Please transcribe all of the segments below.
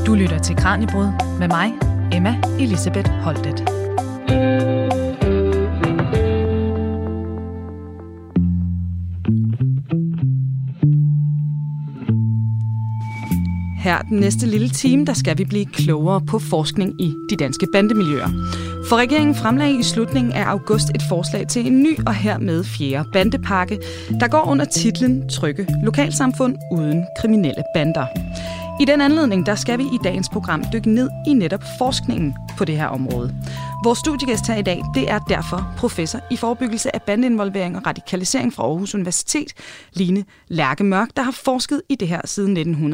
Du lytter til Kraniebrud med mig, Emma Elisabeth Holtet. Her den næste lille time, der skal vi blive klogere på forskning i de danske bandemiljøer. For regeringen fremlagde i slutningen af august et forslag til en ny og hermed 4. bandepakke, der går under titlen Trygge lokalsamfund uden kriminelle bander. I den anledning, der skal vi i dagens program dykke ned i netop forskningen på det her område. Vores studiegæst her i dag, det er derfor professor i forebyggelse af bandeinvolvering og radikalisering fra Aarhus Universitet, Line Lærke Mørk, der har forsket i det her siden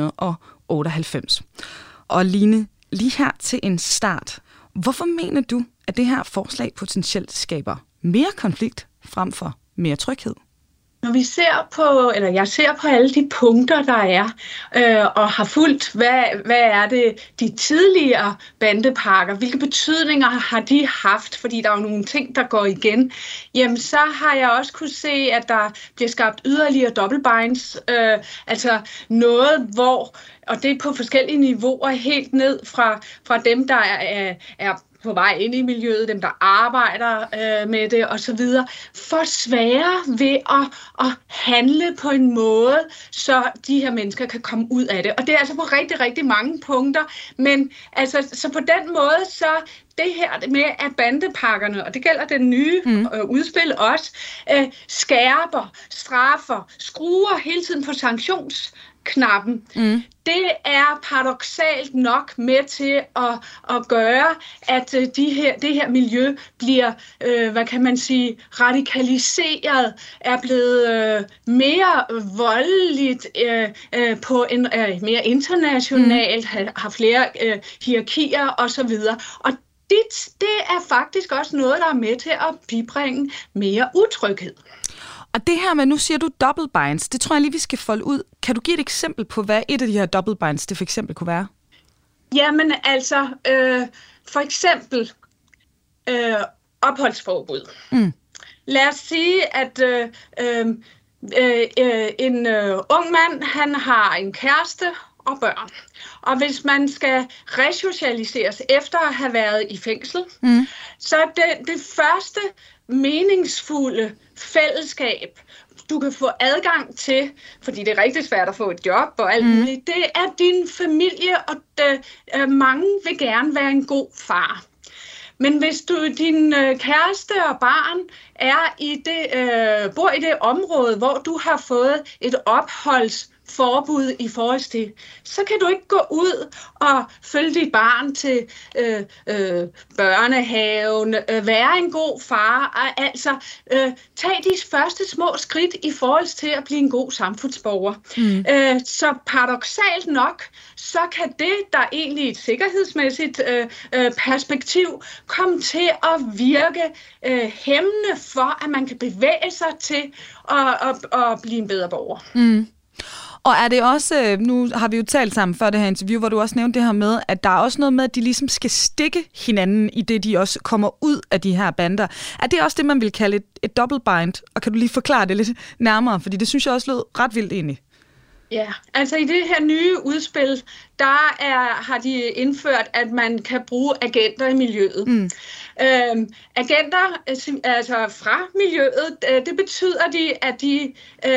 1998. Og Line, lige her til en start. Hvorfor mener du, at det her forslag potentielt skaber mere konflikt frem for mere tryghed? Når vi ser på, eller jeg ser på alle de punkter, der er, og har fulgt, hvad er det, de tidligere bandepakker, hvilke betydninger har de haft, fordi der er jo nogle ting, der går igen, jamen så har jeg også kunne se, at der bliver skabt yderligere dobbeltbinds, altså noget, hvor, og det er på forskellige niveauer, helt ned fra dem, der er på vej ind i miljøet, dem der arbejder med det osv., for svære ved at handle på en måde, så de her mennesker kan komme ud af det. Og det er altså på rigtig, rigtig mange punkter, men altså, så på den måde, så det her med, at bandepakkerne, og det gælder den nye udspil også, skærper, straffer, skruer hele tiden på sanktionsknappen. Det er paradoksalt nok med til at gøre, at det her miljø bliver, hvad kan man sige, radikaliseret, er blevet mere voldeligt på en mere internationalt, har flere hierarkier osv. Og det er faktisk også noget, der er med til at bibringe mere utryghed. Og det her med, nu siger du double binds, det tror jeg lige, vi skal folde ud. Kan du give et eksempel på, hvad et af de her double binds, det for eksempel kunne være? Jamen altså, for eksempel opholdsforbud. Lad os sige, at en ung mand, han har en kæreste og børn. Og hvis man skal resocialiseres efter at have været i fængsel, så er det første meningsfulde fællesskab, du kan få adgang til, fordi det er rigtig svært at få et job og alt muligt, det er din familie, og mange vil gerne være en god far. Men hvis din kæreste og barn er bor i det område, hvor du har fået et opholdsforbud i forhold til, så kan du ikke gå ud og følge dit barn til børnehaven, være en god far, altså tage de første små skridt i forhold til at blive en god samfundsborger. Så paradoksalt nok, så kan det, der egentlig i et sikkerhedsmæssigt perspektiv, komme til at virke hæmmende for, at man kan bevæge sig til at blive en bedre borger. Og er det også, nu har vi jo talt sammen før det her interview, hvor du også nævnte det her med, at der er også noget med, at de ligesom skal stikke hinanden i det, de også kommer ud af de her bander. Er det også det, man vil kalde et double bind? Og kan du lige forklare det lidt nærmere? Fordi det synes jeg også lød ret vildt egentlig. Ja, altså i det her nye udspil, har de indført, at man kan bruge agenter i miljøet. Agenter altså fra miljøet, det betyder at de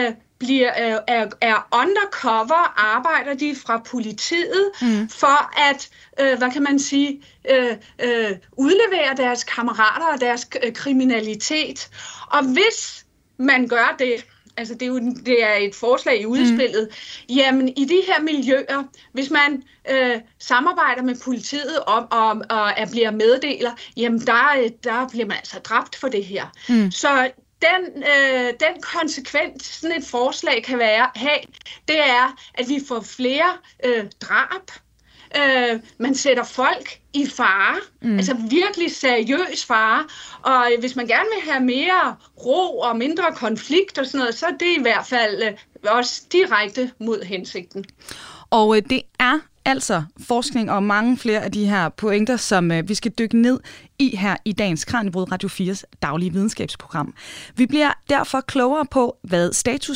er undercover, arbejder de fra politiet for at, hvad kan man sige, udlevere deres kammerater og deres kriminalitet. Og hvis man gør det, altså det er et forslag i udspillet, jamen i de her miljøer, hvis man samarbejder med politiet og bliver meddeler, jamen der bliver man altså dræbt for det her. Så den konsekvens, sådan et forslag kan have, det er, at vi får flere drab. Man sætter folk i fare, altså virkelig seriøs fare. Og hvis man gerne vil have mere ro og mindre konflikt og sådan noget, så er det i hvert fald også direkte mod hensigten. Og det er altså forskning og mange flere af de her pointer, som vi skal dykke ned i her i dagens Kraniebrud Radio 4's daglige videnskabsprogram. Vi bliver derfor klogere på, hvad status er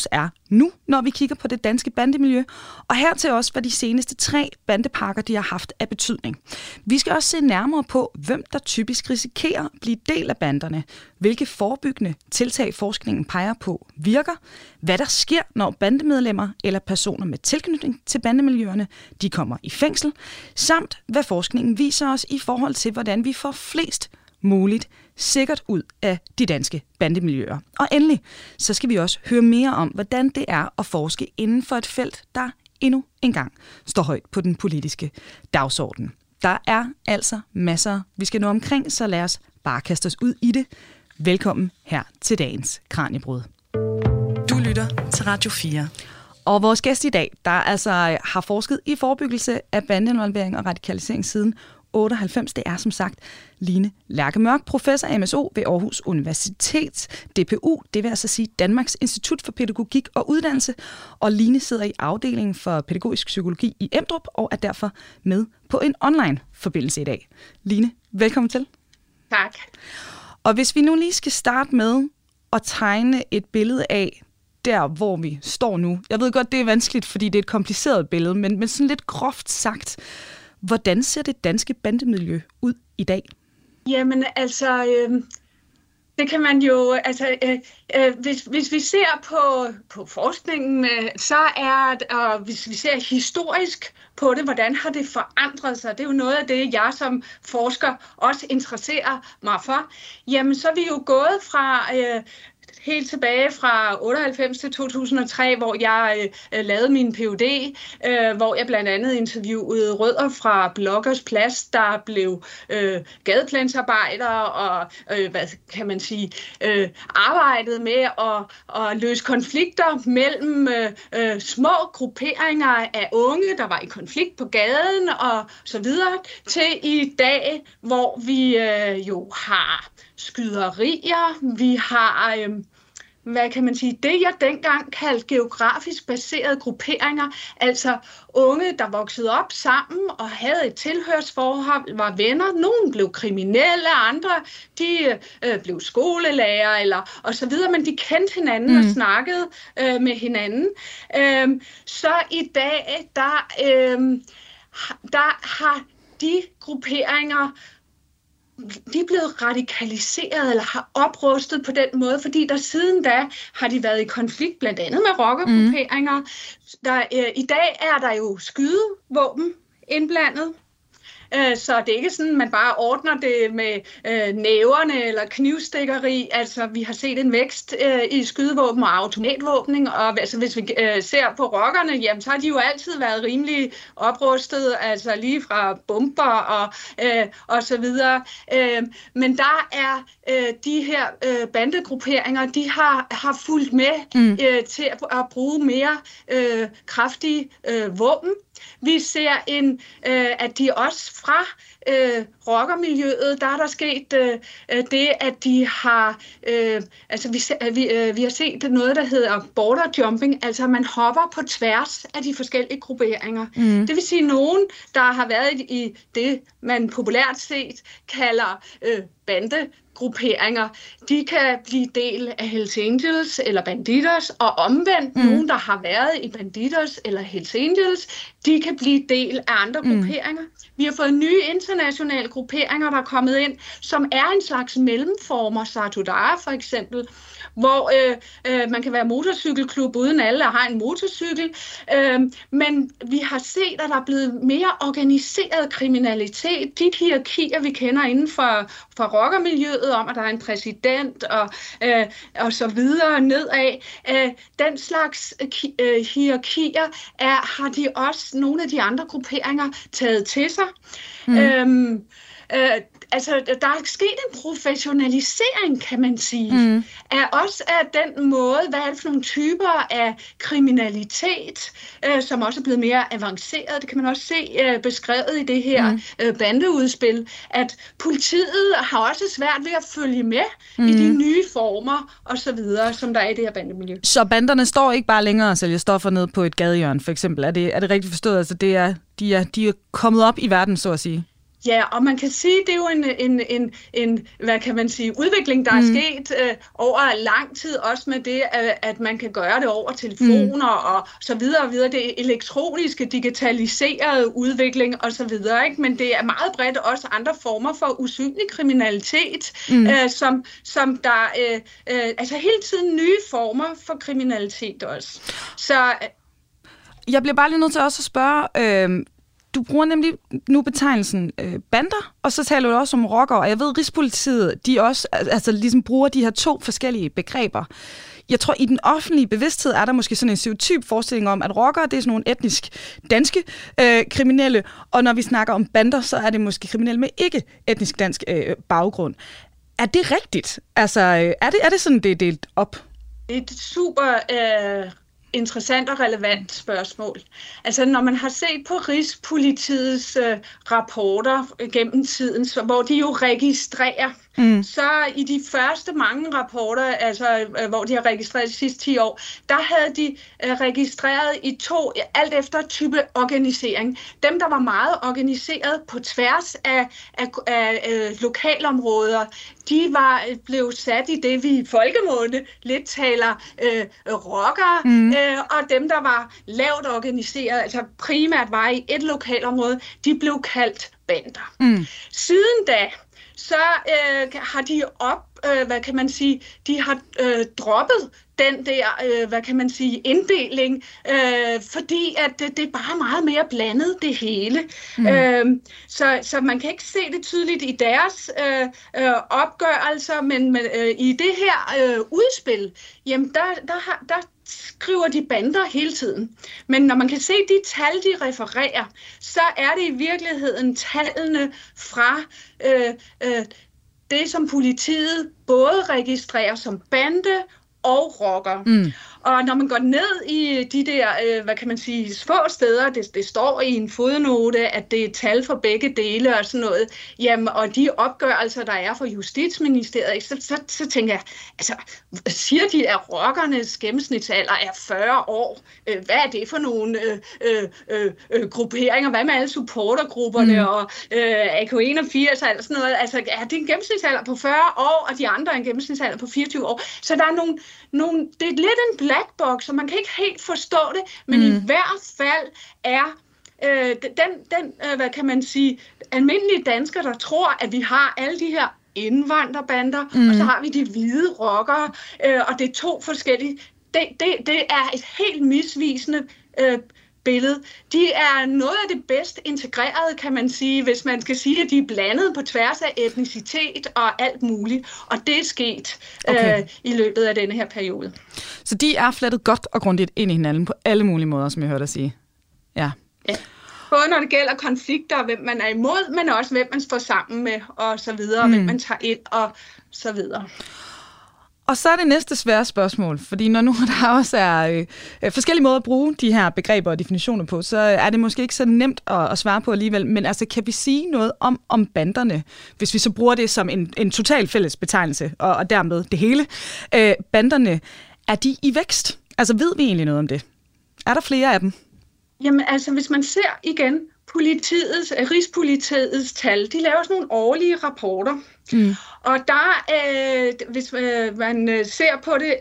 nu, når vi kigger på det danske bandemiljø, og hertil også, hvad de seneste 3 bandepakker, de har haft af betydning. Vi skal også se nærmere på, hvem der typisk risikerer at blive del af banderne, hvilke forebyggende tiltag forskningen peger på virker, hvad der sker, når bandemedlemmer eller personer med tilknytning til bandemiljøerne, de kommer i fængsel, samt hvad forskningen viser os i forhold til, hvordan vi får flest muligt sikkert ud af de danske bandemiljøer. Og endelig, så skal vi også høre mere om, hvordan det er at forske inden for et felt, der endnu engang står højt på den politiske dagsorden. Der er altså masser, vi skal nå omkring, så lad os bare kaste os ud i det. Velkommen her til dagens Kraniebrud. Du lytter til Radio 4. Og vores gæst i dag, der altså har forsket i forebyggelse af bandeinvolvering og radikalisering siden 98, det er som sagt Line Lærke Mørk, professor MSO ved Aarhus Universitet, DPU, det vil altså sige Danmarks Institut for Pædagogik og Uddannelse, og Line sidder i afdelingen for pædagogisk psykologi i Emdrup og er derfor med på en online-forbindelse i dag. Line, velkommen til. Tak. Og hvis vi nu lige skal starte med at tegne et billede af der, hvor vi står nu. Jeg ved godt, det er vanskeligt, fordi det er et kompliceret billede, men sådan lidt groft sagt, hvordan ser det danske bandemiljø ud i dag? Jamen altså, det kan man jo, altså, hvis vi ser på forskningen, så er det, og hvis vi ser historisk på det, hvordan har det forandret sig, det er jo noget af det, jeg som forsker også interesserer mig for, jamen så er vi jo gået fra helt tilbage fra 98 til 2003, hvor jeg lavede min Ph.D., hvor jeg blandt andet interviewede rødder fra Bloggers Plads, der blev gadeplansarbejdere og, hvad kan man sige, arbejdede med at løse konflikter mellem små grupperinger af unge, der var i konflikt på gaden og så videre, til i dag, hvor vi jo har skyderier, vi har hvad kan man sige, det jeg dengang kaldte geografisk baserede grupperinger, altså unge, der voksede op sammen og havde et tilhørsforhold, var venner. Nogle blev kriminelle, andre de blev skolelærer og så videre, men de kendte hinanden og snakkede med hinanden. Så i dag, der har de grupperinger, de er blevet radikaliseret eller har oprustet på den måde, fordi der siden da har de været i konflikt blandt andet med rockergrupperinger. I dag er der jo skydevåben indblandet. Så det er ikke sådan, at man bare ordner det med næverne eller knivstikkeri. Altså, vi har set en vækst i skydevåben og automatvåbning, og altså, hvis vi ser på rockerne, jamen, så har de jo altid været rimelig oprustet, altså lige fra bomber og så videre. Men der er de her bandegrupperinger, de har fulgt med til at bruge mere kraftige våben. Vi ser at de også fra rockermiljøet, der er der sket det, at de har, vi har set noget, der hedder border jumping, altså man hopper på tværs af de forskellige grupperinger. Det vil sige nogen, der har været i det, man populært set kalder bandegrupperinger, de kan blive del af Hells Angels eller Bandidos, og omvendt nogen, der har været i Bandidos eller Hells Angels, de kan blive del af andre grupperinger. Vi har fået nye internationale grupperinger, der er kommet ind, som er en slags mellemformer, Satudara for eksempel, hvor man kan være motorcykelklub uden alle har en motorcykel, men vi har set, at der er blevet mere organiseret kriminalitet. De hierarkier, vi kender inden for rockermiljøet om, at der er en præsident og så videre nedad, den slags hierarkier har de også nogle af de andre grupperinger taget til sig. Altså, der er sket en professionalisering, kan man sige, også af den måde, hvad er det for nogle typer af kriminalitet, som også er blevet mere avanceret. Det kan man også se beskrevet i det her bandeudspil, at politiet har også svært ved at følge med i de nye former og så videre, som der er i det her bandemiljø. Så banderne står ikke bare længere og sælger stoffer ned på et gadehjørne, for eksempel. Er det rigtigt forstået? Altså, de er kommet op i verden, så at sige? Ja, og man kan sige, det er jo en hvad kan man sige, udvikling, der er sket over lang tid, også med det, at man kan gøre det over telefoner og så videre og videre. Det er elektroniske, digitaliserede udvikling og så videre, ikke? Men det er meget bredt også andre former for usynlig kriminalitet, som der altså hele tiden nye former for kriminalitet også. Så jeg bliver bare lige nødt til også at spørge. Du bruger nemlig nu betegnelsen bander, og så taler du også om rockere, og jeg ved, Rigspolitiet, de også altså ligesom bruger de her to forskellige begreber. Jeg tror, i den offentlige bevidsthed er der måske sådan en stereotyp forestilling om, at rockere, det er sådan nogle etnisk danske kriminelle, og når vi snakker om bander, så er det måske kriminelle med ikke etnisk dansk baggrund. Er det rigtigt? Altså, er det sådan, det er delt op? Det er et super interessant og relevant spørgsmål. Altså, når man har set på Rigspolitiets rapporter gennem tiden, hvor de jo registrerer, så i de første mange rapporter, altså hvor de har registreret de sidste 10 år, der havde de registreret i to, alt efter type organisering. Dem, der var meget organiseret på tværs af lokalområder, de blev sat i det, vi i folkemunde lidt taler rockere, og dem, der var lavt organiseret, altså primært var i et lokalområde, de blev kaldt bander. Siden da, så har de hvad kan man sige, de har droppet den der, hvad kan man sige, inddeling, fordi at det er bare meget mere blandet, det hele. Så man kan ikke se det tydeligt i deres opgørelser, men i det her udspil, jamen der skriver de bander hele tiden. Men når man kan se de tal, de refererer, så er det i virkeligheden tallene fra det, som politiet både registrerer som bande og rocker. Og når man går ned i de der, hvad kan man sige, små steder, det står i en fodnote, at det er tal for begge dele og sådan noget, jamen, og de opgørelser, der er for Justitsministeriet, så tænker jeg, altså, siger de, at rockernes gennemsnitsalder er 40 år? Hvad er det for nogle grupperinger? Hvad med alle supportergrupperne og AK81 og alt sådan noget? Altså, er det en gennemsnitsalder på 40 år, og de andre en gennemsnitsalder på 24 år? Så der er nogle det er lidt en black box, så man kan ikke helt forstå det, men i hvert fald er den hvad kan man sige, almindelige danskere, der tror, at vi har alle de her indvandrerbander, og så har vi de hvide rockere, og det er to forskellige. Det er et helt misvisende billede. De er noget af det bedst integrerede, kan man sige, hvis man skal sige, at de er blandet på tværs af etnicitet og alt muligt. Og det er sket i løbet af denne her periode. Så de er flettet godt og grundigt ind i hinanden på alle mulige måder, som jeg hørte dig sige. Ja. Både når det gælder konflikter, hvem man er imod, men også hvem man står sammen med, og så videre, hvem man tager ind, og så videre. Og så er det næste svære spørgsmål, fordi når nu der også er forskellige måder at bruge de her begreber og definitioner på, så er det måske ikke så nemt at svare på alligevel. Men altså, kan vi sige noget om banderne, hvis vi så bruger det som en total fælles betegnelse, og dermed det hele? Banderne, er de i vækst? Altså, ved vi egentlig noget om det? Er der flere af dem? Jamen, altså, hvis man ser igen Rigspolitiets tal, de laver sådan nogle årlige rapporter. Og der, hvis man ser på det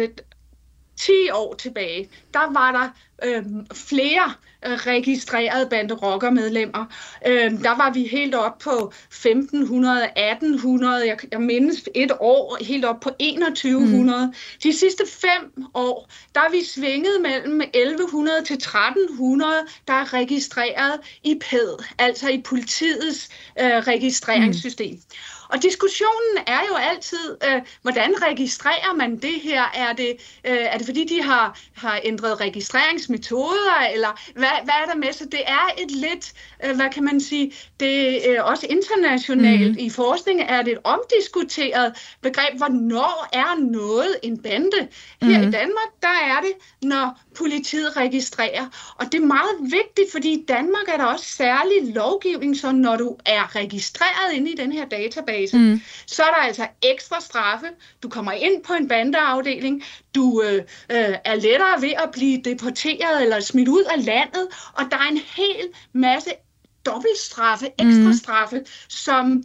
10 år tilbage, der var der flere registrerede bande-rocker-medlemmer. Der var vi helt op på 1500, 1800, jeg mindes et år helt op på 2100. De sidste 5 år, der er vi svinget mellem 1100 til 1300, der er registreret i PED, altså i politiets registreringssystem. Og diskussionen er jo altid, hvordan registrerer man det her? Er det fordi, de har ændret registreringsmetoder, eller hvad er der med? Så det er et lidt, hvad kan man sige, det er også internationalt i forskning, er det et omdiskuteret begreb. Hvornår er noget en bande? Her i Danmark, der er det, når politiet registrerer. Og det er meget vigtigt, fordi i Danmark er der også særlig lovgivning, så når du er registreret inde i den her database, så er der altså ekstra straffe. Du kommer ind på en bandeafdeling, du er lettere ved at blive deporteret eller smidt ud af landet, og der er en hel masse dobbeltstraffe, ekstra straffe, som...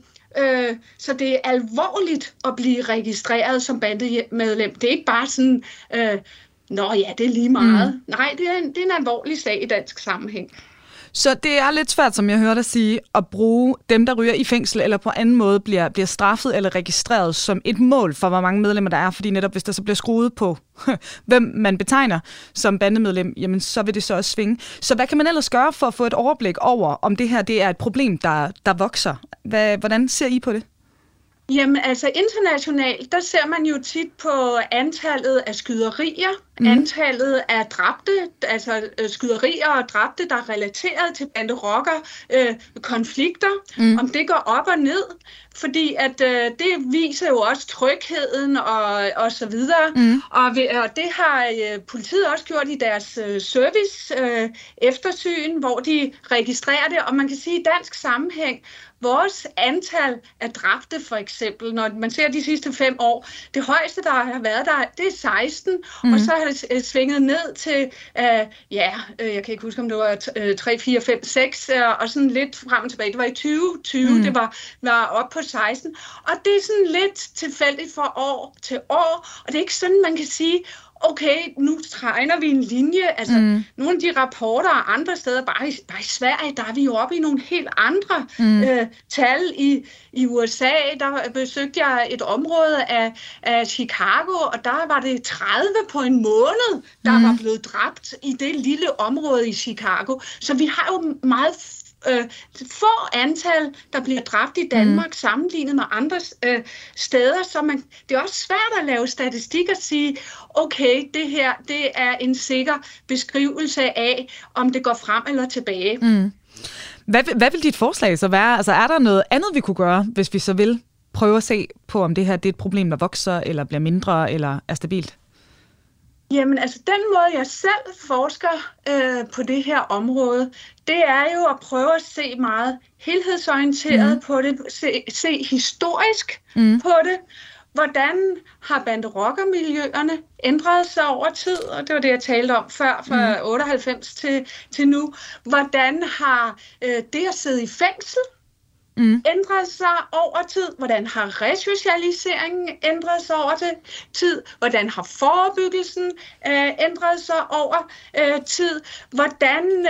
Så det er alvorligt at blive registreret som bandemedlem. Det er ikke bare sådan, nå ja, det er lige meget. Nej, det er en alvorlig sag i dansk sammenhæng. Så det er lidt svært, som jeg hørte dig sige, at bruge dem, der ryger i fængsel, eller på anden måde bliver straffet eller registreret som et mål for, hvor mange medlemmer der er. Fordi netop hvis der så bliver skruet på, hvem man betegner som bandemedlem, jamen så vil det så også svinge. Så hvad kan man ellers gøre for at få et overblik over, om det her det er et problem, der vokser? Hvordan ser I på det? Jamen altså internationalt, der ser man jo tit på antallet af skyderier, antallet af dræbte, altså skyderier og dræbte, der er relateret til bande-rocker-konflikter, om det går op og ned, fordi at det viser jo også trygheden og så videre, og det har politiet også gjort i deres service eftersyn, hvor de registrerer det, og man kan sige i dansk sammenhæng, vores antal af dræbte for eksempel, når man ser de sidste 5 år, det højeste, der har været der, det er 16, og så har det svinget ned til, jeg kan ikke huske, om det var 3, 4, 5, 6, og sådan lidt frem og tilbage. Det var i 2020, det var op på 16, og det er sådan lidt tilfældigt fra år til år, og det er ikke sådan, man kan sige, okay, nu tegner vi en linje. Altså, nogle af de rapporter og andre steder, bare i Sverige, der er vi jo oppe i nogle helt andre tal. I USA, der besøgte jeg et område af Chicago, og der var det 30 på en måned, der var blevet dræbt i det lille område i Chicago. Så vi har jo meget få antal, der bliver dræbt i Danmark sammenlignet med andre steder, så det er også svært at lave statistik og sige, okay, det her det er en sikker beskrivelse af, om det går frem eller tilbage. Hvad vil dit forslag så være? Altså, er der noget andet, vi kunne gøre, hvis vi så vil prøve at se på, om det her det er et problem, der vokser, eller bliver mindre, eller er stabilt? Jamen, altså den måde, jeg selv forsker på det her område, det er jo at prøve at se meget helhedsorienteret på det, se historisk på det. Hvordan har bande-rocker-miljøerne ændret sig over tid? Og det var det, jeg talte om før, fra 98 til nu. Hvordan har det at sidde i fængsel ændret sig over tid? Hvordan har resocialiseringen ændret sig over tid? Hvordan har forebyggelsen ændret sig over tid? Hvordan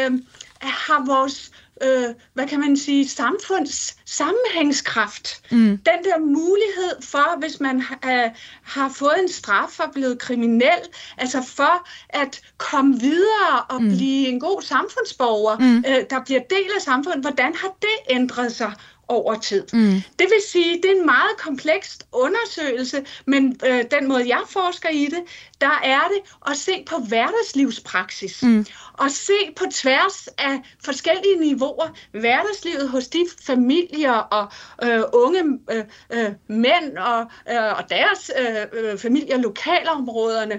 har vores hvad kan man sige, samfunds sammenhængskraft. Den der mulighed for, hvis man har fået en straf og blevet kriminel, altså for at komme videre og blive en god samfundsborger, der bliver del af samfundet, hvordan har det ændret sig over tid? Det vil sige, det er en meget kompleks undersøgelse, men den måde, jeg forsker i det, der er det at se på hverdagslivspraksis. Og se på tværs af forskellige niveauer hverdagslivet hos de familier og unge mænd og deres familier, lokalområderne,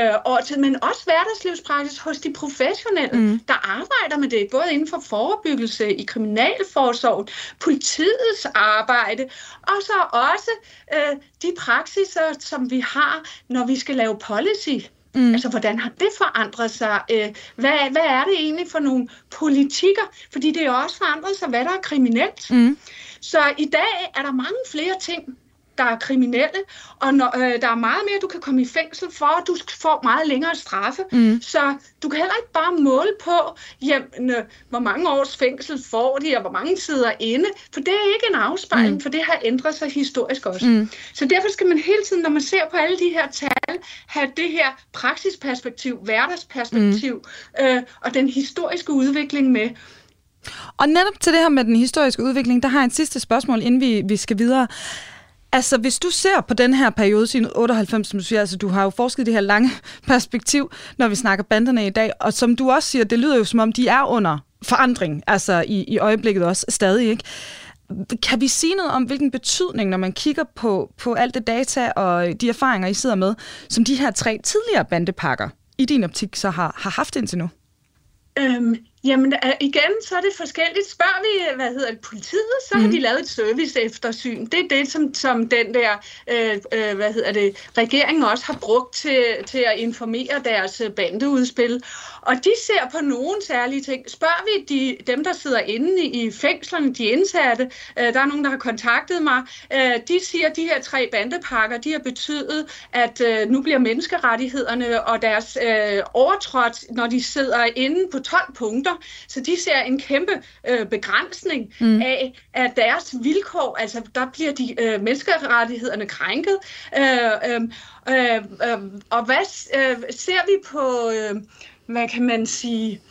men også hverdagslivspraksis hos de professionelle, der arbejder med det, både inden for forebyggelse i kriminalforsorgen, politiets arbejde, og så også de praksiser, som vi har, når vi skal lave policy. Altså, hvordan har det forandret sig? Hvad er det egentlig for nogle politikker? Fordi det er også forandret sig, hvad der er kriminelt. Så i dag er der mange flere ting, der er kriminelle, og der er meget mere, du kan komme i fængsel for, og du får meget længere straffe. Så du kan heller ikke bare måle på, hvor mange års fængsel får de, og hvor mange sidder inde, for det er ikke en afspejling, for det har ændret sig historisk også. Så derfor skal man hele tiden, når man ser på alle de her tal, have det her praksisperspektiv, hverdagsperspektiv, og den historiske udvikling med. Og netop til det her med den historiske udvikling, der har jeg et sidste spørgsmål, inden vi skal videre. Altså, hvis du ser på den her periode siden 98, som du siger, altså du har jo forsket det her lange perspektiv, når vi snakker banderne i dag, og som du også siger, det lyder jo som om, de er under forandring, altså i øjeblikket også stadig, ikke? Kan vi sige noget om, hvilken betydning, når man kigger på alt det data og de erfaringer, I sidder med, som de her 3 tidligere bandepakker i din optik så har haft indtil nu? Jamen igen, så er det forskelligt. Spørger vi, politiet, så har de lavet et service eftersyn. Det er det, som den der, regeringen også har brugt til at informere deres bandeudspil. Og de ser på nogle særlige ting. Spørger vi dem, der sidder inde i fængslerne, de indsatte, der er nogen, der har kontaktet mig, de siger, at de her 3 bandepakker, de har betydet, at nu bliver menneskerettighederne og deres overtrådt, når de sidder inde på 12 punkter. Så de ser en kæmpe begrænsning af deres vilkår. Altså, der bliver de menneskerettighederne krænket. Og hvad ser vi på, hvad kan man sige,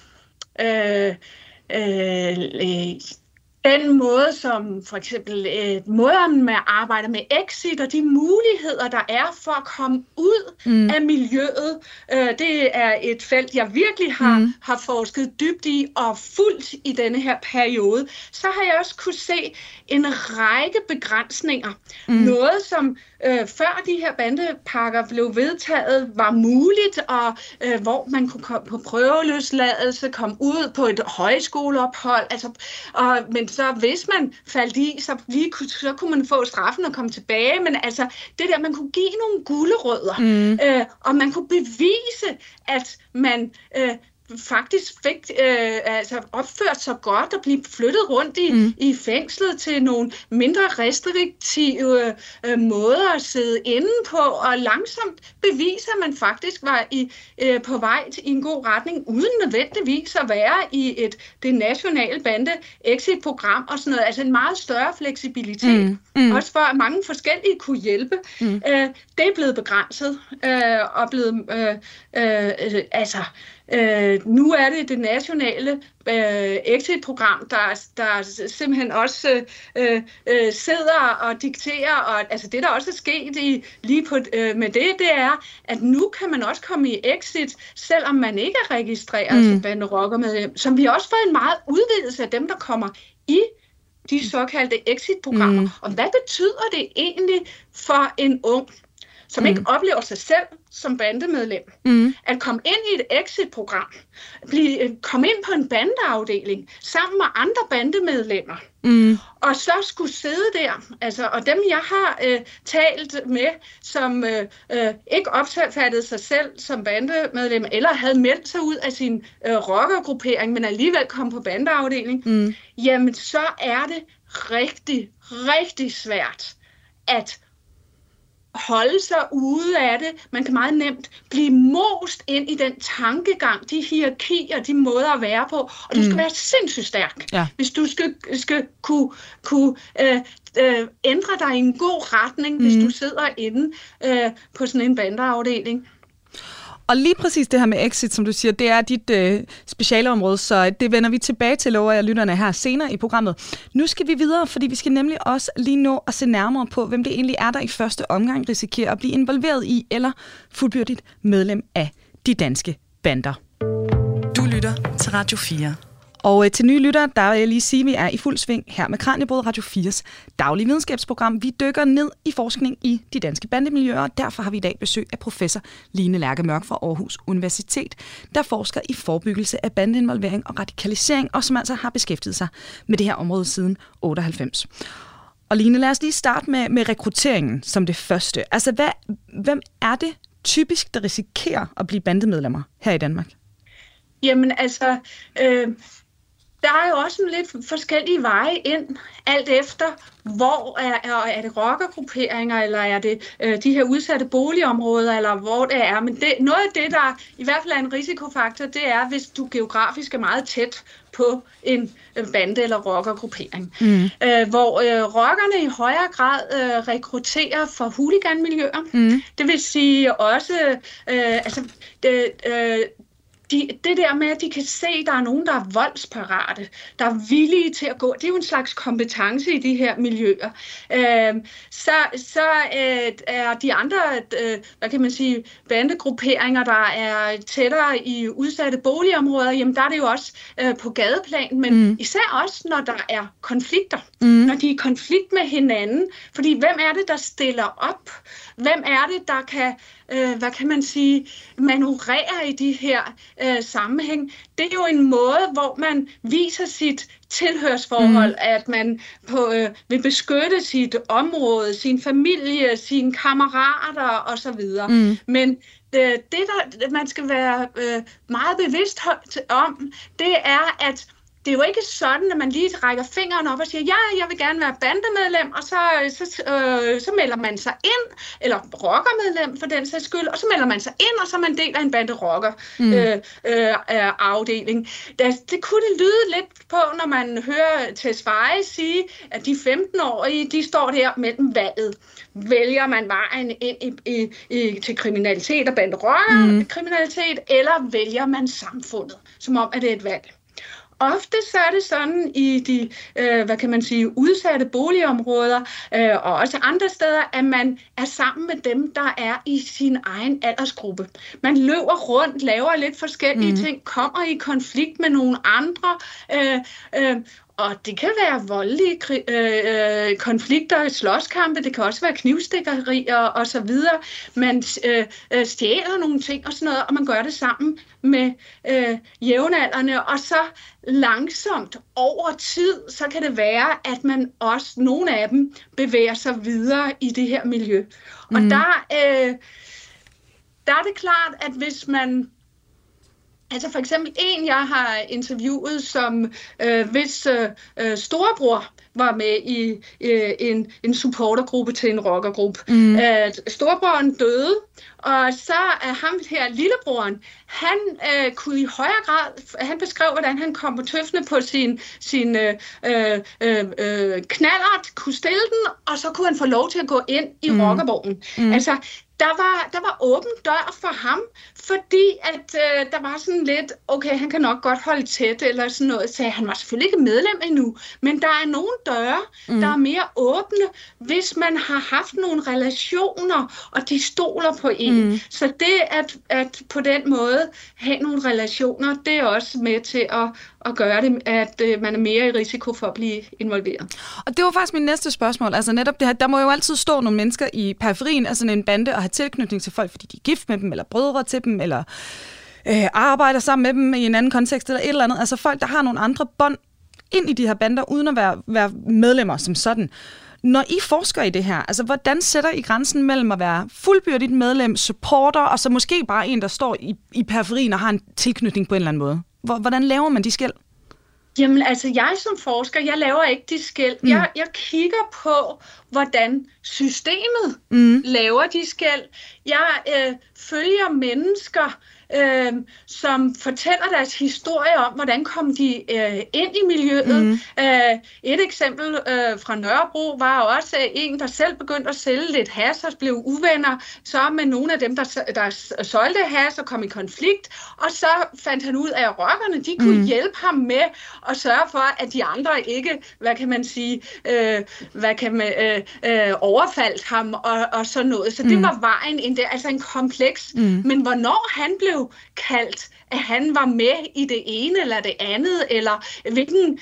den måde, som for eksempel måden med at arbejde med exit og de muligheder, der er for at komme ud af miljøet, det er et felt, jeg virkelig har forsket dybt i og fulgt i denne her periode. Så har jeg også kunne se en række begrænsninger. Noget, som før de her bandepakker blev vedtaget, var muligt, og hvor man kunne komme på prøveløsladelse, komme ud på et højskoleophold, men så hvis man faldt i, så kunne man få straffen og komme tilbage, men altså det der, man kunne give nogle gulerødder, og man kunne bevise, at man faktisk fik opført sig godt og blive flyttet rundt i fængslet til nogle mindre restriktive måder at sidde inde på, og langsomt bevise, at man faktisk var på vej i en god retning, uden nødvendigvis at være i det nationale bande-exit-program og sådan noget. Altså en meget større fleksibilitet, også for at mange forskellige kunne hjælpe. Det er blevet begrænset og blevet nu er det nationale exit-program, der simpelthen også sidder og dikterer, og altså det, der også er sket med det er, at nu kan man også komme i exit, selvom man ikke er registreret som bande-rocker-medlem, som vi også får en meget udvidelse af dem, der kommer i de såkaldte exit-programmer. Og hvad betyder det egentlig for en ung, som ikke oplever sig selv som bandemedlem, at komme ind i et exit-program, komme ind på en bandeafdeling sammen med andre bandemedlemmer, og så skulle sidde der, og dem jeg har talt med, som ikke opfattede sig selv som bandemedlem, eller havde meldt sig ud af sin rockergruppering, men alligevel kom på bandeafdeling, jamen så er det rigtig, rigtig svært at holde sig ude af det. Man kan meget nemt blive most ind i den tankegang, de hierarkier, de måder at være på. Og du skal være sindssygt stærk, hvis du skal kunne ændre dig i en god retning, hvis du sidder inde på sådan en bandeafdeling. Og lige præcis det her med exit, som du siger, det er dit specialeområde, så det vender vi tilbage til, lover jeg lytterne her senere i programmet. Nu skal vi videre, fordi vi skal nemlig også lige nå at se nærmere på, hvem det egentlig er, der i første omgang risikerer at blive involveret i eller fuldbyrdigt medlem af de danske bander. Du lytter til Radio 4. Og til nye lyttere, der vil jeg lige sige, at vi er i fuld sving her med Kraniebrud, Radio 4's daglige videnskabsprogram. Vi dykker ned i forskning i de danske bandemiljøer, og derfor har vi i dag besøg af professor Line Lærke Mørk fra Aarhus Universitet, der forsker i forebyggelse af bandeinvolvering og radikalisering, og som altså har beskæftiget sig med det her område siden 98. Og Line, lad os lige starte med rekrutteringen som det første. Altså, hvem er det typisk, der risikerer at blive bandemedlemmer her i Danmark? Jamen der er jo også en lidt forskellige veje ind, alt efter, hvor er det rockergrupperinger, eller er det de her udsatte boligområder, eller hvor det er. Men noget af det, der i hvert fald er en risikofaktor, det er, hvis du geografisk er meget tæt på en bande- eller rockergruppering. Hvor rockerne i højere grad rekrutterer for hooliganmiljøer. Det vil sige også, det der med, at de kan se, at der er nogen, der er voldsparate, der er villige til at gå, det er jo en slags kompetence i de her miljøer. Så er de andre, hvad kan man sige, bandegrupperinger, der er tættere i udsatte boligområder, jamen der er det jo også på gadeplan, men især også, når der er konflikter. Når de er i konflikt med hinanden. Fordi hvem er det, der stiller op? Hvem er det, der kan, hvad kan man sige, manøvrere i de her sammenhæng. Det er jo en måde, hvor man viser sit tilhørsforhold, at man vil beskytte sit område, sin familie, sine kammerater osv. Men det, man skal være meget bevidst om, det er, at det er jo ikke sådan, at man lige rækker fingeren op og siger, ja, jeg vil gerne være bandemedlem, og så melder man sig ind, eller rockermedlem for den sags skyld, og så melder man sig ind, og så er man del af en bande-rocker afdeling. Det kunne det lyde lidt på, når man hører Tesfaye sige, at de 15-årige, de står der mellem valget. Vælger man vejen ind til kriminalitet og bande-rocker-kriminalitet, eller vælger man samfundet, som om, at det er et valg. Ofte så er det sådan i de, udsatte boligområder og også andre steder, at man er sammen med dem, der er i sin egen aldersgruppe. Man løber rundt, laver lidt forskellige ting, kommer i konflikt med nogle andre, og det kan være voldelige konflikter, slåskampe, det kan også være knivstikkerier og så videre. Man stjæler nogle ting og sådan noget, og man gør det sammen med jævnaldrende, og så langsomt over tid, så kan det være, at man også, nogle af dem, bevæger sig videre i det her miljø. Og der er det klart, at hvis man altså for eksempel en, jeg har interviewet, som hvis storebror var med i en supportergruppe til en rockergruppe. Storebroren døde, og så er ham her, lillebroren, han kunne i højere grad, han beskrev, hvordan han kom på tøffene på sin knallert, kunne stille den, og så kunne han få lov til at gå ind i rockervognen. Altså, der var åben dør for ham, fordi at der var sådan lidt, okay, han kan nok godt holde tæt, eller sådan noget, så han var selvfølgelig ikke medlem endnu, men der er nogle døre, der er mere åbne, hvis man har haft nogle relationer, og de stoler på en. Så det at på den måde have nogle relationer, det er også med til at gøre det, at man er mere i risiko for at blive involveret. Og det var faktisk min næste spørgsmål. Altså netop det her, der må jo altid stå nogle mennesker i periferien af sådan en bande og have tilknytning til folk, fordi de er gift med dem, eller brødre til dem, eller arbejder sammen med dem i en anden kontekst, eller et eller andet. Altså folk, der har nogle andre bånd ind i de her bander, uden at være medlemmer som sådan. Når I forsker i det her, altså hvordan sætter I grænsen mellem at være fuldbyrdigt medlem, supporter, og så måske bare en, der står i periferien og har en tilknytning på en eller anden måde? Hvordan laver man de skel? Jamen altså, jeg som forsker, jeg laver ikke de skel. Jeg kigger på, hvordan systemet laver de skel. Jeg følger mennesker, som fortæller deres historie om, hvordan kom de ind i miljøet. Et eksempel fra Nørrebro var også en, der selv begyndte at sælge lidt hash og blev uvenner så med nogle af dem, der solgte hash og kom i konflikt. Og så fandt han ud af, at rockerne, de kunne hjælpe ham med at sørge for, at de andre ikke, overfaldt ham og sådan noget. Så det var vejen ind der, altså en kompleks. Men hvornår han blev kaldt, at han var med i det ene eller det andet, eller hvilken,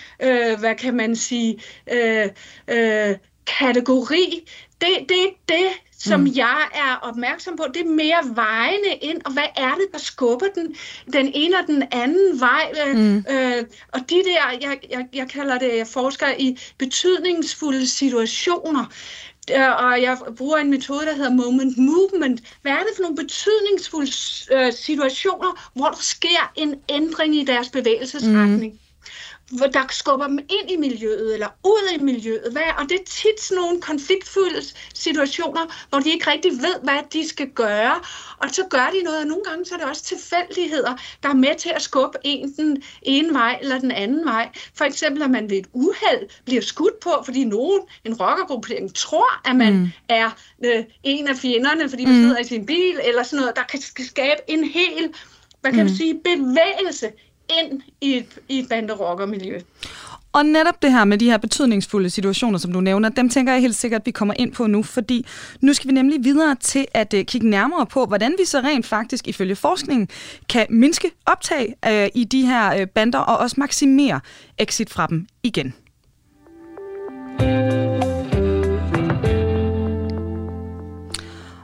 kategori, det er ikke det, som jeg er opmærksom på. Det er mere vejene ind, og hvad er det, der skubber den ene og den anden vej? Og de der, jeg kalder det, jeg forsker i betydningsfulde situationer, og jeg bruger en metode, der hedder moment movement. Hvad er det for nogle betydningsfulde situationer, hvor der sker en ændring i deres bevægelsesretning? Hvor der skubber dem ind i miljøet, eller ud i miljøet. Og det er tit sådan nogle konfliktfulde situationer, hvor de ikke rigtig ved, hvad de skal gøre. Og så gør de noget, og nogle gange så er det også tilfældigheder, der er med til at skubbe den ene vej eller den anden vej. For eksempel, at man ved et uheld bliver skudt på, fordi en rockergruppering tror, at man er en af fjenderne, fordi man sidder i sin bil, eller sådan noget, der kan skabe en hel, bevægelse ind i et bande-rocker-miljø. Og netop det her med de her betydningsfulde situationer, som du nævner, dem tænker jeg helt sikkert, at vi kommer ind på nu, fordi nu skal vi nemlig videre til at kigge nærmere på, hvordan vi så rent faktisk ifølge forskningen kan mindske optag i de her bander og også maksimere exit fra dem igen.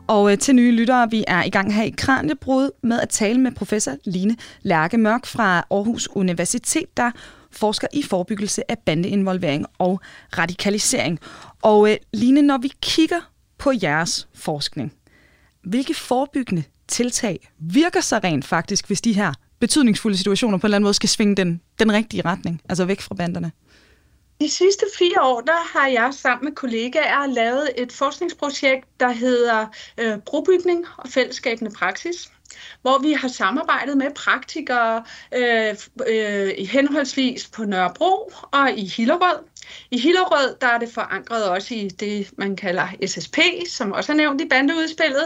Og til nye lyttere, vi er i gang her i Kraniebrud med at tale med professor Line Lærke Mørk fra Aarhus Universitet, der forsker i forebyggelse af bandeinvolvering og radikalisering. Og Line, når vi kigger på jeres forskning, hvilke forebyggende tiltag virker så rent faktisk, hvis de her betydningsfulde situationer på en eller anden måde skal svinge den rigtige retning, altså væk fra banderne? De sidste 4 år, der har jeg sammen med kollegaer lavet et forskningsprojekt, der hedder Brobygning og fællesskabende praksis, hvor vi har samarbejdet med praktikere henholdsvis på Nørrebro og i Hillerød. I Hillerød, der er det forankret også i det, man kalder SSP, som også er nævnt i bandeudspillet.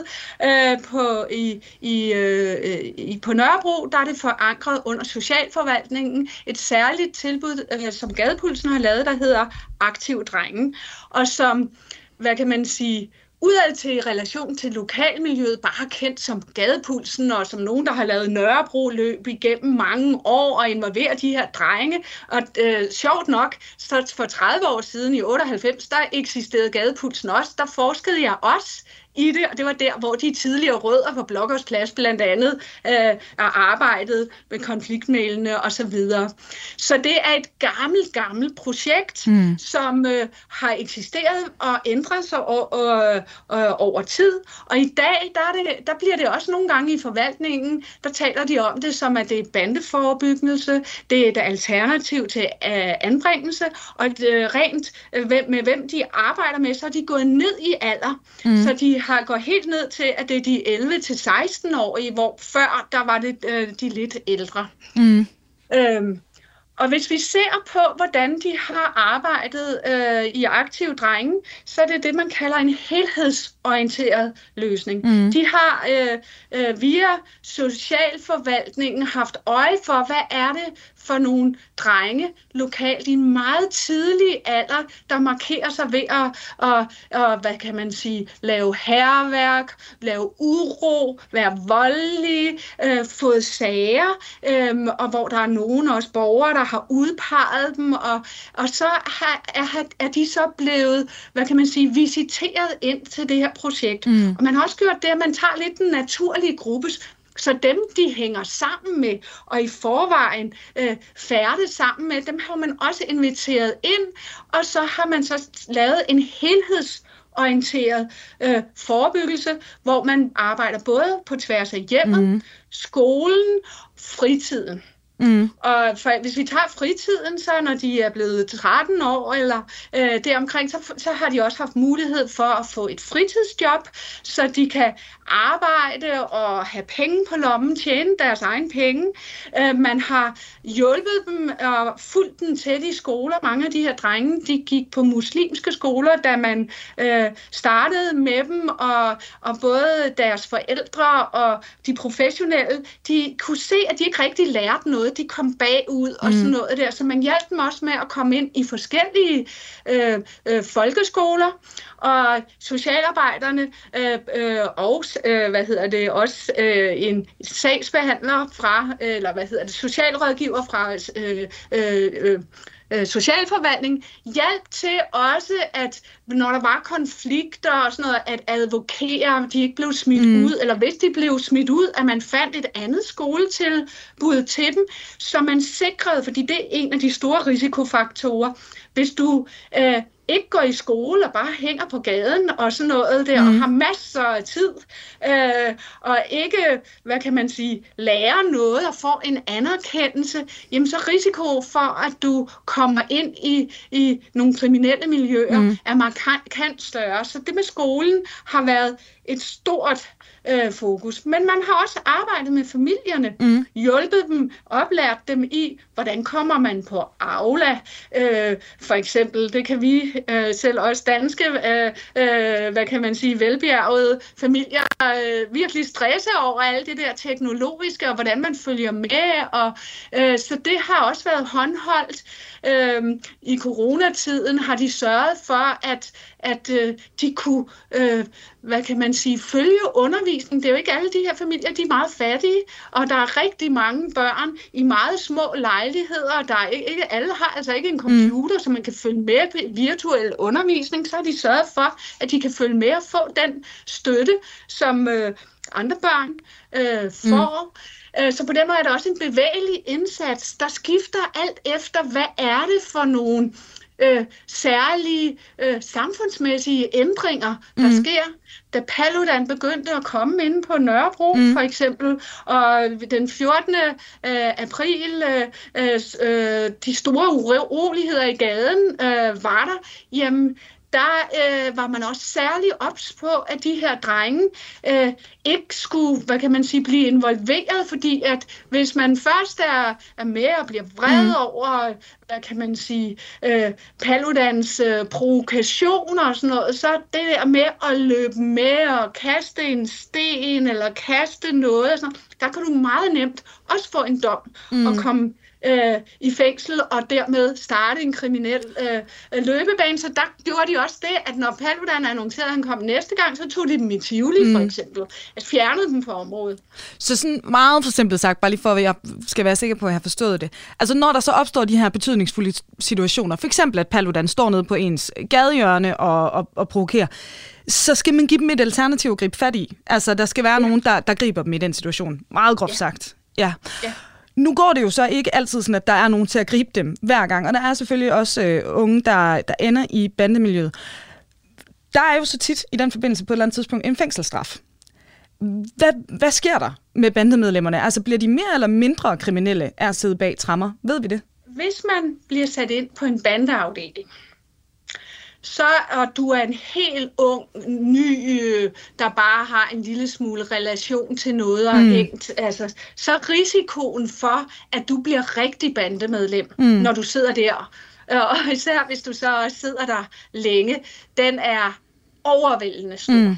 På Nørrebro, der er det forankret under socialforvaltningen. Et særligt tilbud, som Gadepulsen har lavet, der hedder Aktiv Drengen, og som, hvad kan man sige, udad til relation til lokalmiljøet bare kendt som Gadepulsen, og som nogen, der har lavet Nørrebro-løb igennem mange år og involverer de her drenge. Og sjovt nok, så for 30 år siden i 98, der eksisterede Gadepulsen også. Der forskede jeg også i det, og det var der, hvor de tidligere rødder på Blågårds Plads blandt andet arbejdede med konfliktmæglene osv. Så det er et gammelt projekt, som har eksisteret og ændret sig over tid. Og i dag, der bliver det også nogle gange i forvaltningen, der taler de om det som, at det er bandeforebyggelse, det er et alternativ til anbringelse, og rent med hvem de arbejder med, så er de gået ned i alder, så de går helt ned til, at det er de 11-16-årige, hvor før der var det de lidt ældre. Og hvis vi ser på, hvordan de har arbejdet i Aktiv Drenge, så er det det, man kalder en helhedsorienteret løsning. De har via socialforvaltningen haft øje for, hvad er det for nogle drenge lokalt i en meget tidlig alder, der markerer sig ved at hvad kan man sige, lave hærværk, lave uro, være voldelige, fået sager, og hvor der er nogen også borgere, der har udpeget dem, og så er de så blevet, hvad kan man sige, visiteret ind til det her projekt. Og man har også gjort det, at man tager lidt den naturlige gruppe, så dem, de hænger sammen med, og i forvejen færdes sammen med, dem har man også inviteret ind, og så har man så lavet en helhedsorienteret forebyggelse, hvor man arbejder både på tværs af hjemmet, skolen, fritiden. Og hvis vi tager fritiden, så når de er blevet 13 år eller deromkring, så har de også haft mulighed for at få et fritidsjob, så de kan arbejde og have penge på lommen, tjene deres egen penge. Man har hjulpet dem og fulgt dem tæt i skoler. Mange af de her drenge, de gik på muslimske skoler, da man startede med dem, og både deres forældre og de professionelle, de kunne se, at de ikke rigtig lærte noget. De kom bagud og sådan noget der, så man hjalp dem også med at komme ind i forskellige folkeskoler, og socialarbejderne og også en sagsbehandler fra, socialrådgiver fra socialforvaltning hjalp til også, at når der var konflikter og sådan noget, at advokere, de ikke blev smidt ud, eller hvis de blev smidt ud, at man fandt et andet skoletilbud til dem, så man sikrede, fordi det er en af de store risikofaktorer. Hvis du ikke går i skole og bare hænger på gaden og sådan noget der, og har masser af tid, og ikke, hvad kan man sige, lærer noget og får en anerkendelse, jamen så risiko for, at du kommer ind i nogle kriminelle miljøer, er markant større. Så det med skolen har været et stort fokus. Men man har også arbejdet med familierne, hjulpet dem, oplært dem i, hvordan kommer man på Aula, for eksempel. Det kan vi selv også danske, hvad kan man sige, velbjergede familier virkelig stresse over alt det der teknologiske, og hvordan man følger med. Og, så det har også været håndholdt. I coronatiden har de sørget for, at de kunne, hvad kan man sige, følge undervisning. Det er jo ikke alle de her familier, de er meget fattige, og der er rigtig mange børn i meget små lejligheder, og der er ikke alle har altså ikke en computer, så man kan følge med virtuelt virtuel undervisning, så har de sørget for, at de kan følge med og få den støtte, som andre børn får. Så på den måde er der også en bevægelig indsats, der skifter alt efter, hvad er det for nogle særlige samfundsmæssige ændringer, der sker. Da Paludan begyndte at komme inde på Nørrebro, for eksempel, og den 14. april, de store uroligheder i gaden var der, jamen, der var man også særlig ops på, at de her drenge ikke skulle, blive involveret, fordi at hvis man først er med og bliver vred over, Paludans provokationer og sådan noget, så det der med at løbe med og kaste en sten eller kaste noget, og sådan, der kan du meget nemt også få en dom og komme i fængsel og dermed starte en kriminel løbebane. Så der gjorde de også det, at når Paludan annoncerede, at han kom næste gang, så tog de dem i Tivoli for eksempel. At fjernede dem fra området. Så sådan meget for simpelt sagt, bare lige for at jeg skal være sikker på, at jeg har forstået det. Altså når der så opstår de her betydningsfulde situationer, for eksempel at Paludan står nede på ens gadehjørne og provokerer, så skal man give dem et alternativ at gribe fat i. Altså der skal være nogen, der griber dem i den situation. Meget groft sagt. Ja. Nu går det jo så ikke altid sådan, at der er nogen til at gribe dem hver gang, og der er selvfølgelig også unge, der ender i bandemiljøet. Der er jo så tit i den forbindelse på et eller andet tidspunkt en fængselsstraf. Hvad sker der med bandemedlemmerne? Altså bliver de mere eller mindre kriminelle af at sidde bag tremmer? Ved vi det? Hvis man bliver sat ind på en bandeafdeling, og du er en helt ung, ny, der bare har en lille smule relation til noget og hængt, altså, så risikoen for, at du bliver rigtig bandemedlem, når du sidder der, og især hvis du så også sidder der længe, den er overvældende stor.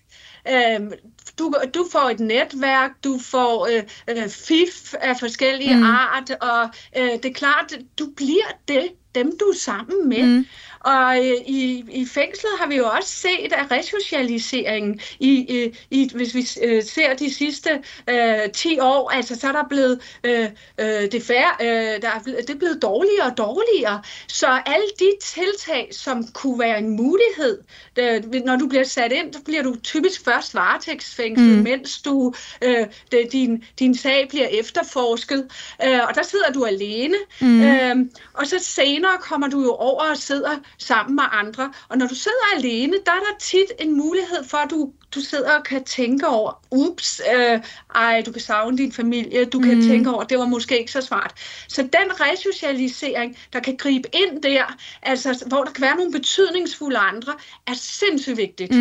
Du får et netværk, du får fif af forskellige art, og det er klart, du bliver dem du er sammen med. Og i fængslet har vi jo også set af resocialiseringen, hvis vi ser de sidste 10 år, altså så er der blevet det er blevet dårligere og dårligere. Så alle de tiltag, som kunne være en mulighed, når du bliver sat ind, så bliver du typisk først varetægtsfængslet, mens din sag bliver efterforsket, og der sidder du alene, og så senere kommer du jo over og sidder sammen med andre. Og når du sidder alene, der er der tit en mulighed for, at du sidder og kan tænke over, du kan savne din familie, du kan tænke over, det var måske ikke så smart. Så den resocialisering, der kan gribe ind der, altså hvor der kan være nogle betydningsfulde andre, er sindssygt vigtigt.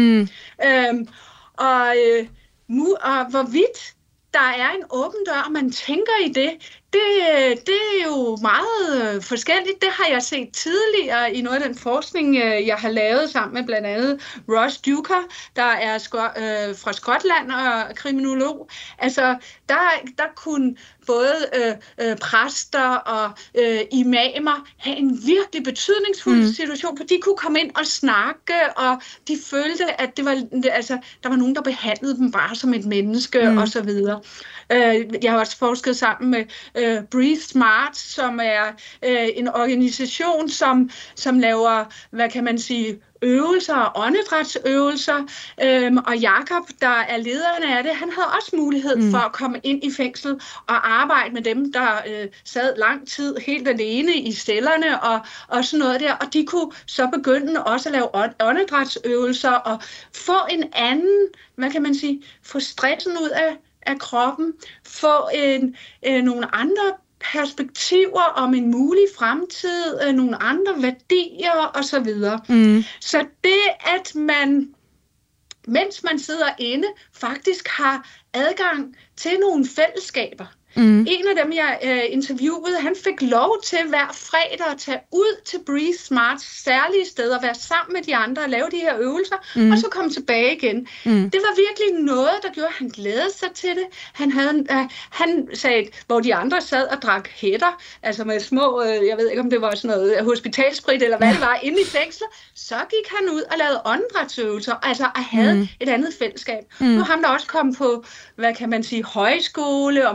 Og hvorvidt der er en åben dør, og man tænker i det er jo meget forskelligt. Det har jeg set tidligere i noget af den forskning, jeg har lavet sammen med blandt andet Ross Duker, der er fra Skotland og kriminolog. Altså, der kunne både præster og imamer have en virkelig betydningsfuld situation, for de kunne komme ind og snakke, og de følte, at der var nogen, der behandlede dem bare som et menneske, og så videre. Jeg har også forsket sammen med Breathe Smart, som er en organisation, som laver, øvelser og åndedrætsøvelser, og Jakob, der er lederen af det, han havde også mulighed for at komme ind i fængsel og arbejde med dem, der sad lang tid helt alene i cellerne og sådan noget der, og de kunne så begynde også at lave åndedrætsøvelser og få en anden, få stressen ud af kroppen, få nogle andre perspektiver om en mulig fremtid, nogle andre værdier osv. Så det, at man, mens man sidder inde, faktisk har adgang til nogle fællesskaber. En af dem, jeg interviewede, han fik lov til hver fredag at tage ud til Breathe Smart særlige steder, være sammen med de andre og lave de her øvelser, og så komme tilbage igen. Det var virkelig noget, der gjorde, at han glædede sig til det. Han sagde, hvor de andre sad og drak hætter, altså med små, jeg ved ikke om det var sådan noget hospitalsprit eller hvad det var, inde i fængslet, så gik han ud og lavede åndedrætsøvelser, altså og havde et andet fællesskab. Nu har han da også kommet på, højskole og mødt sine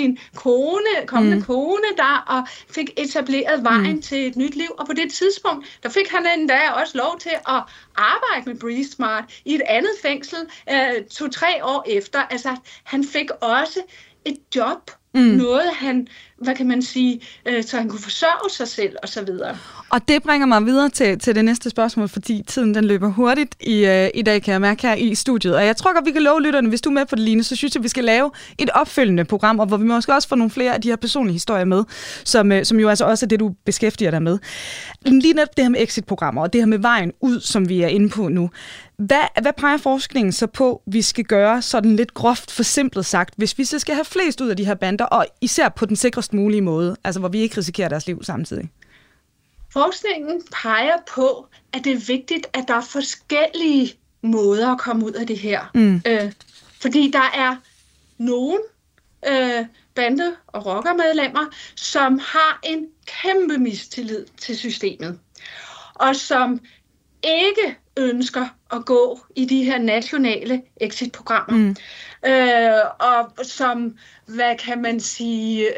sin kommende kone der, og fik etableret vejen til et nyt liv. Og på det tidspunkt, der fik han endda også lov til at arbejde med Breathe Smart i et andet fængsel 2-3 år efter. Altså, han fik også et job, noget han, hvad kan man sige, så han kunne forsørge sig selv og så videre. Og det bringer mig videre til det næste spørgsmål, fordi tiden den løber hurtigt i dag, kan jeg mærke her i studiet. Og jeg tror godt, vi kan love lytterne, hvis du er med på det, Line, så synes jeg, vi skal lave et opfølgende program, hvor vi måske også får nogle flere af de her personlige historier med, som jo altså også er det, du beskæftiger dig med. Lige netop det her med exit-programmer, og det her med vejen ud, som vi er inde på nu. Hvad peger forskningen så på, vi skal gøre, sådan lidt groft forsimplet sagt, hvis vi så skal have flest ud af de her bander, og især på den sikrest mulige måde, altså hvor vi ikke risikerer deres liv samtidig? Forskningen peger på, at det er vigtigt, at der er forskellige måder at komme ud af det her. Fordi der er nogle bande- og rockermedlemmer, som har en kæmpe mistillid til systemet, og som ikke ønsker at gå i de her nationale exit-programmer. Og som, hvad kan man sige,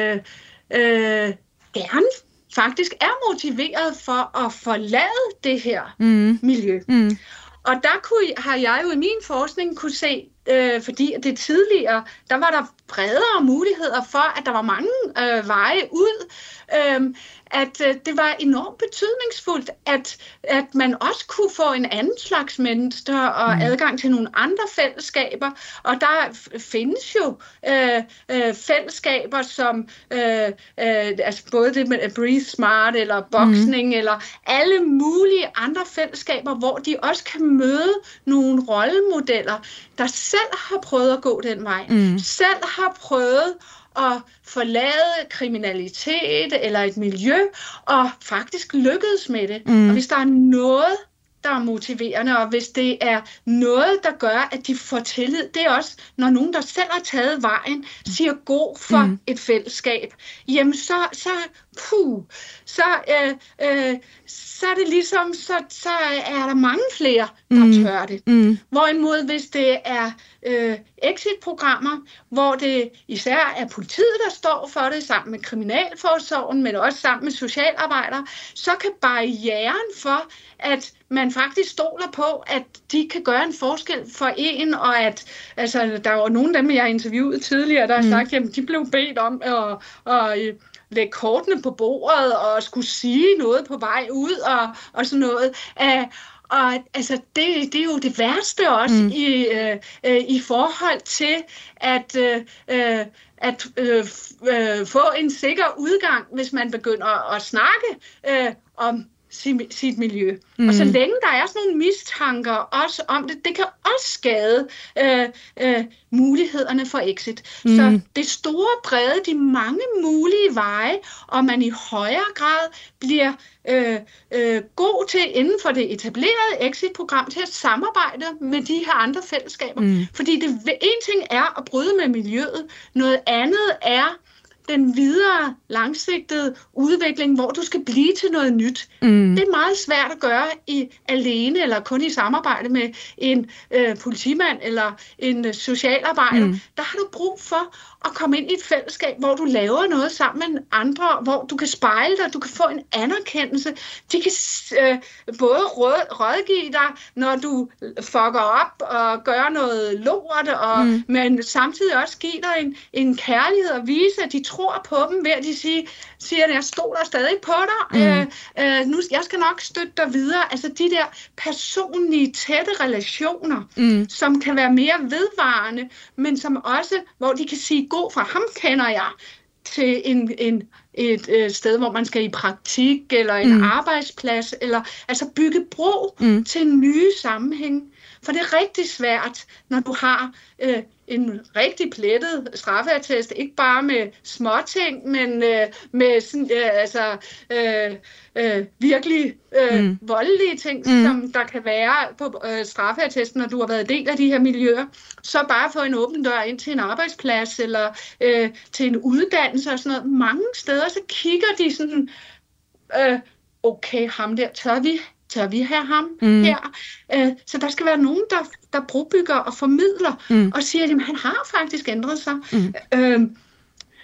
gerne faktisk er motiveret for at forlade det her miljø. Og der har jeg jo i min forskning kunne se, fordi det tidligere, der var der bredere muligheder for, at der var mange veje ud, at det var enormt betydningsfuldt, at man også kunne få en anden slags mennesker og adgang til nogle andre fællesskaber. Og der findes jo fællesskaber som altså både det med Breathe Smart eller boksning eller alle mulige andre fællesskaber, hvor de også kan møde nogle rollemodeller, der selv har prøvet at gå den vej, selv har prøvet at forlade kriminalitet eller et miljø, og faktisk lykkedes med det. Og hvis der er noget, der er motiverende, og hvis det er noget, der gør, at de får tillid, det er også, når nogen, der selv har taget vejen, siger god for et fællesskab, jamen så er det ligesom, så er der mange flere, der tør det. Hvorimod, hvis det er exit-programmer, hvor det især er politiet, der står for det, sammen med kriminalforsorgen, men også sammen med socialarbejdere, så kan barrieren for, at man faktisk stoler på, at de kan gøre en forskel for en, og at altså, der var nogle af dem, jeg har interviewet tidligere, der har sagt, jamen de blev bedt om at lægge kortene på bordet og skulle sige noget på vej ud og sådan noget. Og altså, det er jo det værste også i forhold til at få en sikker udgang, hvis man begynder at snakke om sit miljø. Og så længe der er sådan nogle mistanker også om det, det kan også skade mulighederne for exit. Så det store brede, de mange mulige veje, og man i højere grad bliver god til inden for det etablerede exit-program til at samarbejde med de her andre fællesskaber. Fordi en ting er at bryde med miljøet, noget andet er den videre langsigtede udvikling, hvor du skal blive til noget nyt. Det er meget svært at gøre alene eller kun i samarbejde med en politimand eller en socialarbejder. Der har du brug for at komme ind i et fællesskab, hvor du laver noget sammen med andre, hvor du kan spejle dig, du kan få en anerkendelse. De kan både rådgive dig, når du fucker op og gør noget lort, men samtidig også give dig en kærlighed og vise, at de tror på dem, ved at de siger, at jeg stoler stadig på dig. Jeg skal nok støtte dig videre. Altså de der personlige, tætte relationer, som kan være mere vedvarende, men som også, hvor de kan sige, god fra ham kender jeg, til et sted, hvor man skal i praktik, eller en arbejdsplads, eller altså bygge bro til nye sammenhæng. For det er rigtig svært, når du har en rigtig plettet straffeattest, ikke bare med småting, men med sådan, virkelig voldelige ting, som der kan være på straffeattesten, når du har været del af de her miljøer. Så bare få en åben dør ind til en arbejdsplads, eller til en uddannelse og sådan noget. Mange steder, så kigger de sådan, okay, ham der, tør vi have ham her? Så der skal være nogen, der brobygger og formidler, og siger, at han har faktisk ændret sig.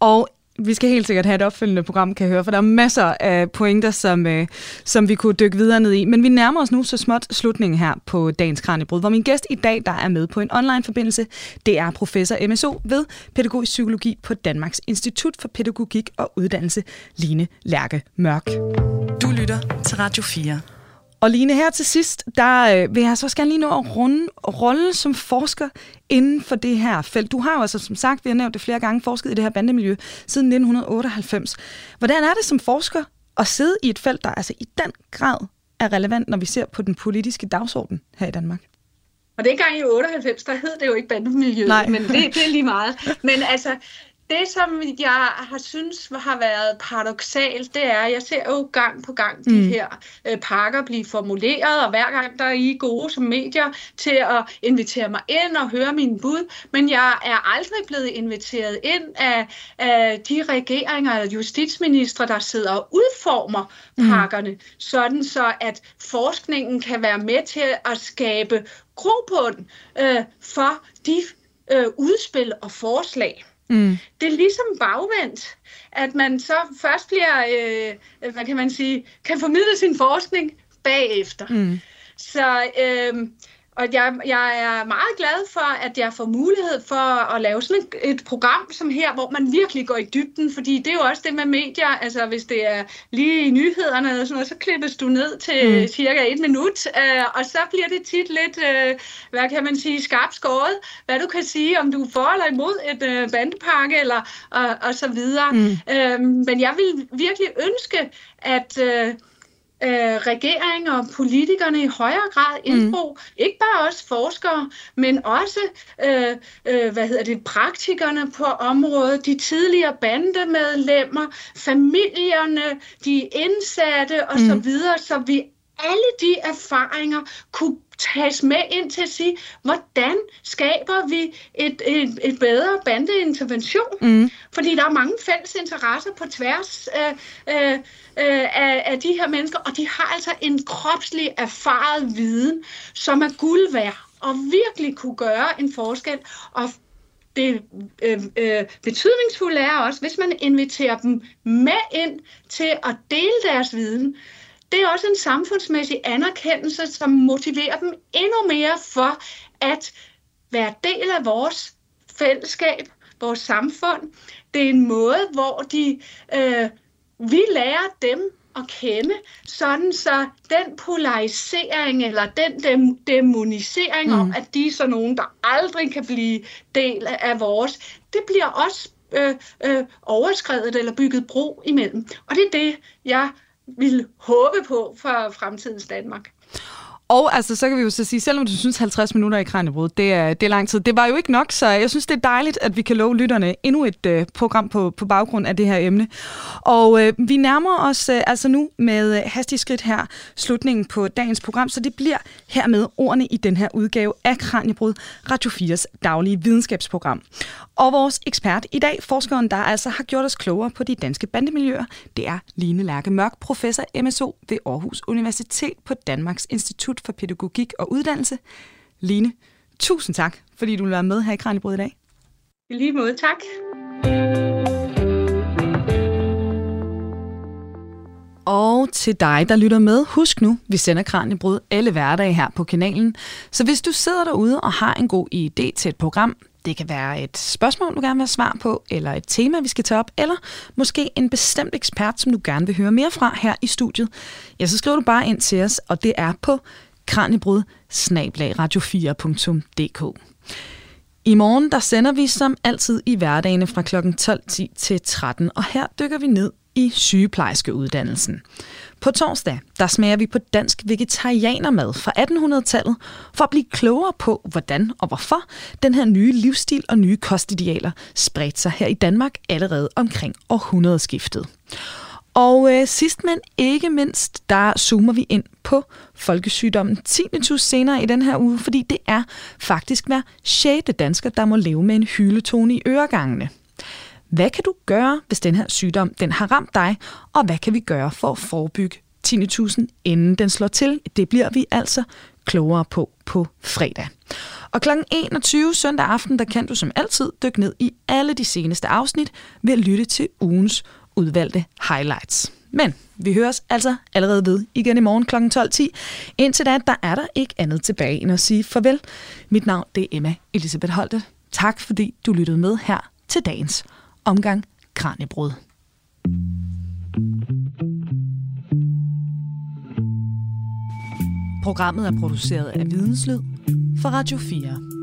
Og vi skal helt sikkert have et opfølgende program, kan jeg høre, for der er masser af pointer, som vi kunne dykke videre ned i. Men vi nærmer os nu så småt slutningen her på dagens Kraniebrud, hvor min gæst i dag, der er med på en online-forbindelse, det er professor MSO ved pædagogisk psykologi på Danmarks Institut for Pædagogik og Uddannelse, Line Lærke Mørk. Du lytter til Radio 4. Og Line, her til sidst, der vil jeg så gerne lige nå at runde rollen som forsker inden for det her felt. Du har jo altså, som sagt, vi har nævnt det flere gange, forsket i det her bandemiljø siden 1998. Hvordan er det som forsker at sidde i et felt, der altså i den grad er relevant, når vi ser på den politiske dagsorden her i Danmark? Og dengang i 98, der hed det jo ikke bandemiljø, men det er lige meget. Men altså, det, som jeg har synes har været paradoksalt, det er, at jeg ser jo gang på gang de her pakker blive formuleret, og hver gang der er I gode som medier til at invitere mig ind og høre mine bud, men jeg er aldrig blevet inviteret ind af de regeringer eller justitsministre, der sidder og udformer pakkerne, sådan så at forskningen kan være med til at skabe grobund for de udspil og forslag. Det er ligesom bagvendt, at man så først bliver, kan formidle sin forskning bagefter. Så, og jeg er meget glad for, at jeg får mulighed for at lave sådan et program som her, hvor man virkelig går i dybden, fordi det er jo også det med medier, altså hvis det er lige i nyhederne eller sådan noget, så klippes du ned til cirka 1 minut, og så bliver det tit lidt, skarpt skåret, hvad du kan sige, om du er for eller imod et bandepakke, eller og så videre. Men jeg vil virkelig ønske, at regeringer og politikerne i højere grad indbrug, ikke bare os forskere, men også praktikerne på området, de tidligere bandemedlemmer, familierne, de indsatte og så videre, så vi alle de erfaringer kunne tages med ind til at sige, hvordan skaber vi et bedre bandeintervention? Fordi der er mange fælles interesser på tværs af de her mennesker, og de har altså en kropslig erfaret viden, som er guld værd, og virkelig kunne gøre en forskel. Og det betydningsfulde er også, hvis man inviterer dem med ind til at dele deres viden, det er også en samfundsmæssig anerkendelse, som motiverer dem endnu mere for at være del af vores fællesskab, vores samfund. Det er en måde, hvor vi lærer dem at kende, sådan så den polarisering eller den dæmonisering om, at de er så nogen, der aldrig kan blive del af vores, det bliver også overskredet eller bygget bro imellem. Og det er det, jeg vil håbe på for fremtidens Danmark. Og altså, så kan vi jo så sige, selvom du synes 50 minutter i Kraniebrud, det er lang tid. Det var jo ikke nok, så jeg synes, det er dejligt, at vi kan love lytterne endnu et program på baggrund af det her emne. Og vi nærmer os altså nu med hastige skridt her slutningen på dagens program, så det bliver hermed ordene i den her udgave af Kraniebrud, Radio 4's daglige videnskabsprogram. Og vores ekspert i dag, forskeren, der altså har gjort os klogere på de danske bandemiljøer, det er Line Lærke Mørk, professor MSO ved Aarhus Universitet på Danmarks Institut for Pædagogik og Uddannelse. Line, tusind tak, fordi du vil være med her i Kraniebrud i dag. I lige måde, tak. Og til dig, der lytter med, husk nu, vi sender Kraniebrud alle hverdage her på kanalen. Så hvis du sidder derude og har en god idé til et program, det kan være et spørgsmål, du gerne vil have svar på, eller et tema, vi skal tage op, eller måske en bestemt ekspert, som du gerne vil høre mere fra her i studiet, ja, så skriver du bare ind til os, og det er på kraniebrud@radio4.dk. I morgen, der sender vi som altid i hverdagene fra kl. 12:10 til 13, og her dykker vi ned i sygeplejerskeuddannelsen. På torsdag, der smager vi på dansk vegetarianermad fra 1800-tallet for at blive klogere på, hvordan og hvorfor den her nye livsstil og nye kostidealer spredte sig her i Danmark allerede omkring århundredeskiftet. Og sidst men ikke mindst, der zoomer vi ind på folkesygdommen tinnitus senere i den her uge, fordi det er faktisk hver 6. dansker, der må leve med en hyletone i øregangene. Hvad kan du gøre, hvis den her sygdom den har ramt dig, og hvad kan vi gøre for at forebygge tinnitusen, inden den slår til? Det bliver vi altså klogere på fredag. Og kl. 21 søndag aften, der kan du som altid dykke ned i alle de seneste afsnit ved at lytte til ugens udvalgte highlights. Men vi høres altså allerede ved igen i morgen kl. 12.10. Indtil da, der er der ikke andet tilbage end at sige farvel. Mit navn det er Emma Elisabeth Holte. Tak fordi du lyttede med her til dagens omgang Kraniebrud. Programmet er produceret af Videnslyd for Radio 4.